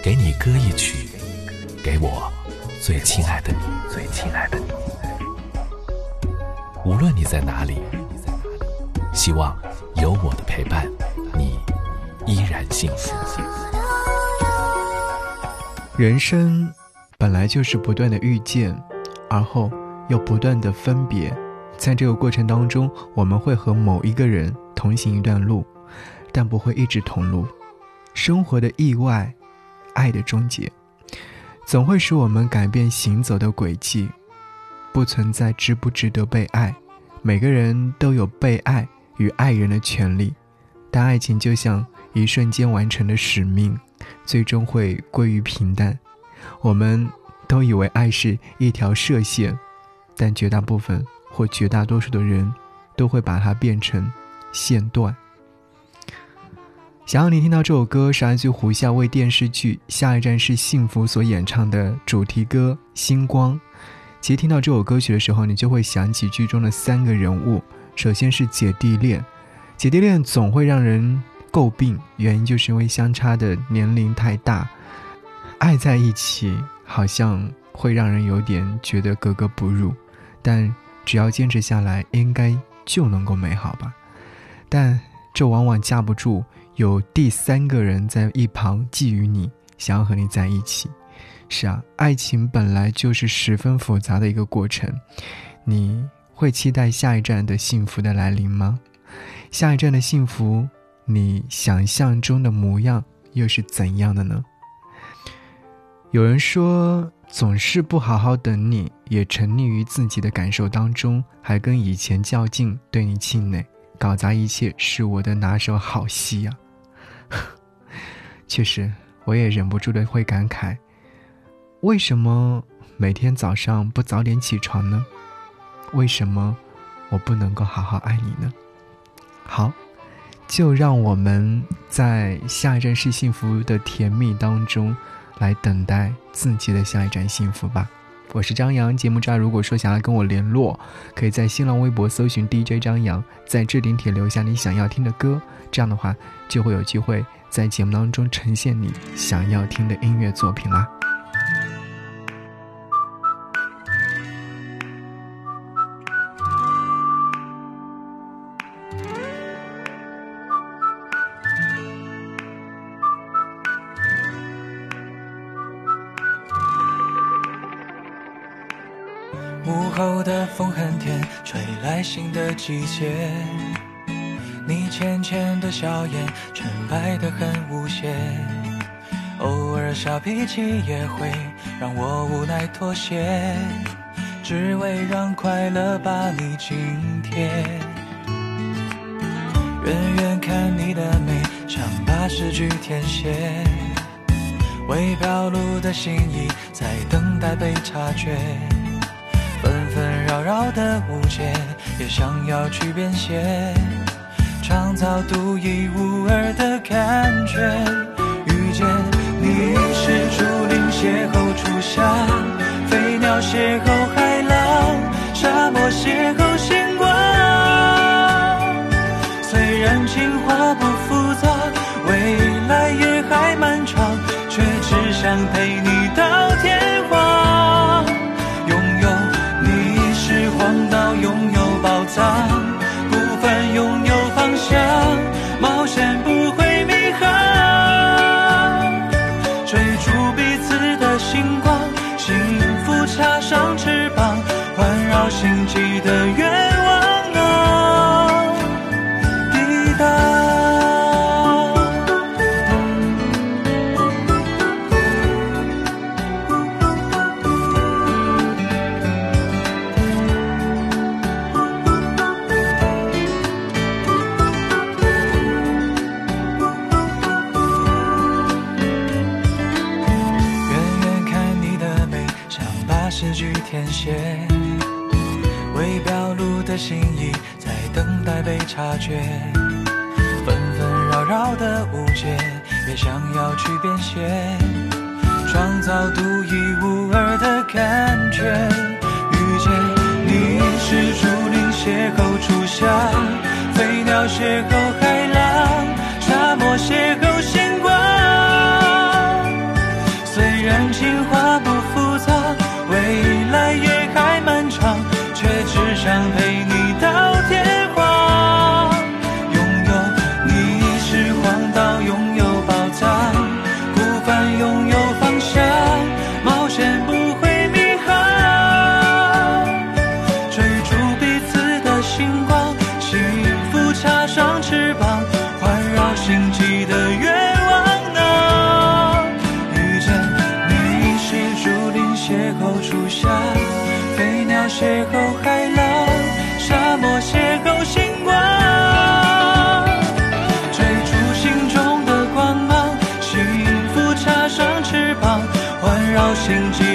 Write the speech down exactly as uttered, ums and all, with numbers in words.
给你歌一曲，给我最亲爱的你，最亲爱的你。无论你在哪里，希望有我的陪伴，你依然幸福。 人生本来就是不断的遇见，而后又不断的分别。在这个过程当中，我们会和某一个人同行一段路，但不会一直同路。生活的意外，爱的终结，总会使我们改变行走的轨迹。不存在值不值得被爱，每个人都有被爱与爱人的权利，但爱情就像一瞬间完成的使命，最终会归于平淡。我们都以为爱是一条射线，但绝大部分或绝大多数的人都会把它变成线段。想要你听到这首歌是来自胡夏为电视剧《下一站是幸福》所演唱的主题歌《星光》。其实听到这首歌曲的时候，你就会想起剧中的三个人物。首先是姐弟恋，姐弟恋总会让人诟病，原因就是因为相差的年龄太大，爱在一起好像会让人有点觉得格格不入，但只要坚持下来，应该就能够美好吧。但这往往架不住有第三个人在一旁觊觎你，想要和你在一起。是啊，爱情本来就是十分复杂的一个过程。你会期待下一站的幸福的来临吗？下一站的幸福，你想象中的模样又是怎样的呢？有人说，总是不好好等你，也沉溺于自己的感受当中，还跟以前较劲，对你气馁，搞砸一切，是我的拿手好戏啊。确实，我也忍不住的会感慨，为什么每天早上不早点起床呢？为什么我不能够好好爱你呢？好，就让我们在下一站是幸福的甜蜜当中来等待自己的下一站幸福吧。我是张扬，节目中如果说想要跟我联络，可以在新浪微博搜寻 D J 张扬，在置顶帖留下你想要听的歌，这样的话就会有机会在节目当中呈现你想要听的音乐作品啦。 午后的风很甜，吹来新的季节。你浅浅的笑颜，纯白得很无邪。偶尔小脾气也会让我无奈妥协，只为让快乐把你紧贴。远远看你的美，像把诗句填写。未表露的心意，在等待被察觉。纷纷扰扰的误解，也想要去编写，创造独一无二的感觉。遇见你是竹林邂逅初夏，飞鸟邂逅海浪，沙漠邂逅星光。虽然情话不复杂，未来也还漫长，却只想陪你到天荒。荒岛拥有宝藏，部分拥有方向，冒险不会迷航，追逐彼此的星光，幸福插上翅膀，环绕星际的愿望啊，抵达。诗句填写，未表露的心意，在等待被察觉。纷纷扰扰的误解，也想要去编写，创造独一无二的感觉。遇见你是竹林邂逅初夏，飞鸟邂逅海浪，沙漠邂逅星光。 谈情话不浮躁，未来也还漫长，却只想陪你到天荒。拥有你是荒岛，拥有宝藏，孤帆拥有方向，冒险不会迷航。追逐彼此的星光，幸福插上翅膀，环绕星际的愿望呢？遇见你是竹林邂逅初夏，飞鸟邂逅海浪，沙漠邂逅星光。追逐心中的光芒，幸福插上翅膀，环绕星际